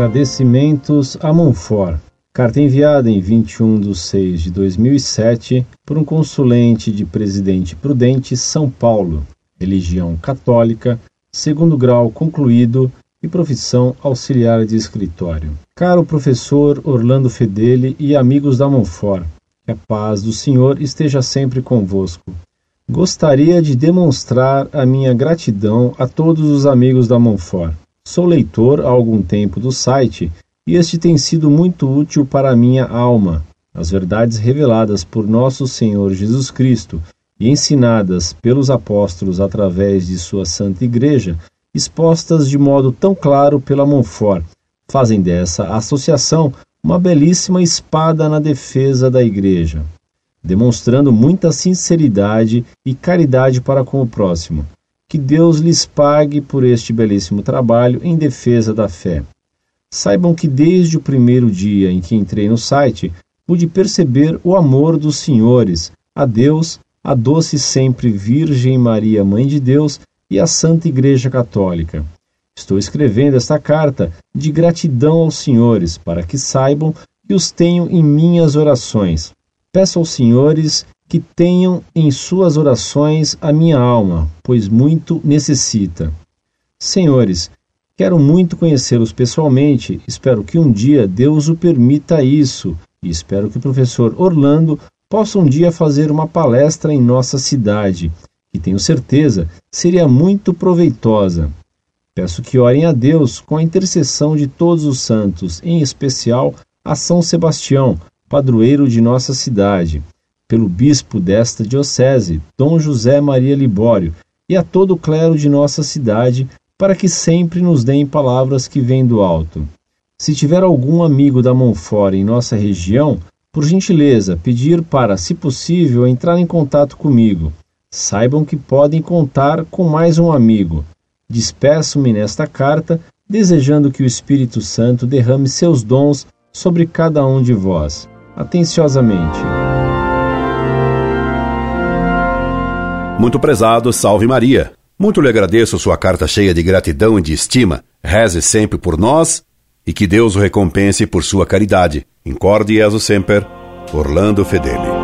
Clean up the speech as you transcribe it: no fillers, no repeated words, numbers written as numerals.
Agradecimentos a Montfort. Carta enviada em 21/6/2007 por um consulente de Presidente Prudente, São Paulo, religião católica, segundo grau concluído e profissão auxiliar de escritório. Caro professor Orlando Fedeli e amigos da Montfort, que a paz do Senhor esteja sempre convosco. Gostaria de demonstrar a minha gratidão a todos os amigos da Montfort. Sou leitor há algum tempo do site e este tem sido muito útil para a minha alma. As verdades reveladas por nosso Senhor Jesus Cristo e ensinadas pelos apóstolos através de sua Santa Igreja, expostas de modo tão claro pela Montfort, fazem dessa associação uma belíssima espada na defesa da Igreja, demonstrando muita sinceridade e caridade para com o próximo. Que Deus lhes pague por este belíssimo trabalho em defesa da fé. Saibam que desde o primeiro dia em que entrei no site, pude perceber o amor dos senhores, a Deus, a doce sempre Virgem Maria, Mãe de Deus, e a Santa Igreja Católica. Estou escrevendo esta carta de gratidão aos senhores, para que saibam que os tenho em minhas orações. Peço aos senhores que tenham em suas orações a minha alma, pois muito necessita. Senhores, quero muito conhecê-los pessoalmente, espero que um dia Deus o permita isso, e espero que o professor Orlando possa um dia fazer uma palestra em nossa cidade, que tenho certeza seria muito proveitosa. Peço que orem a Deus com a intercessão de todos os santos, em especial a São Sebastião, padroeiro de nossa cidade, pelo bispo desta diocese, Dom José Maria Libório, e a todo o clero de nossa cidade, para que sempre nos deem palavras que vêm do alto. Se tiver algum amigo da Montfort em nossa região, por gentileza, pedir para, se possível, entrar em contato comigo. Saibam que podem contar com mais um amigo. Despeço-me nesta carta, desejando que o Espírito Santo derrame seus dons sobre cada um de vós. Atenciosamente. Muito prezado, salve Maria. Muito lhe agradeço sua carta cheia de gratidão e de estima. Reze sempre por nós e que Deus o recompense por sua caridade. Incorde Jesus Semper, Orlando Fedeli.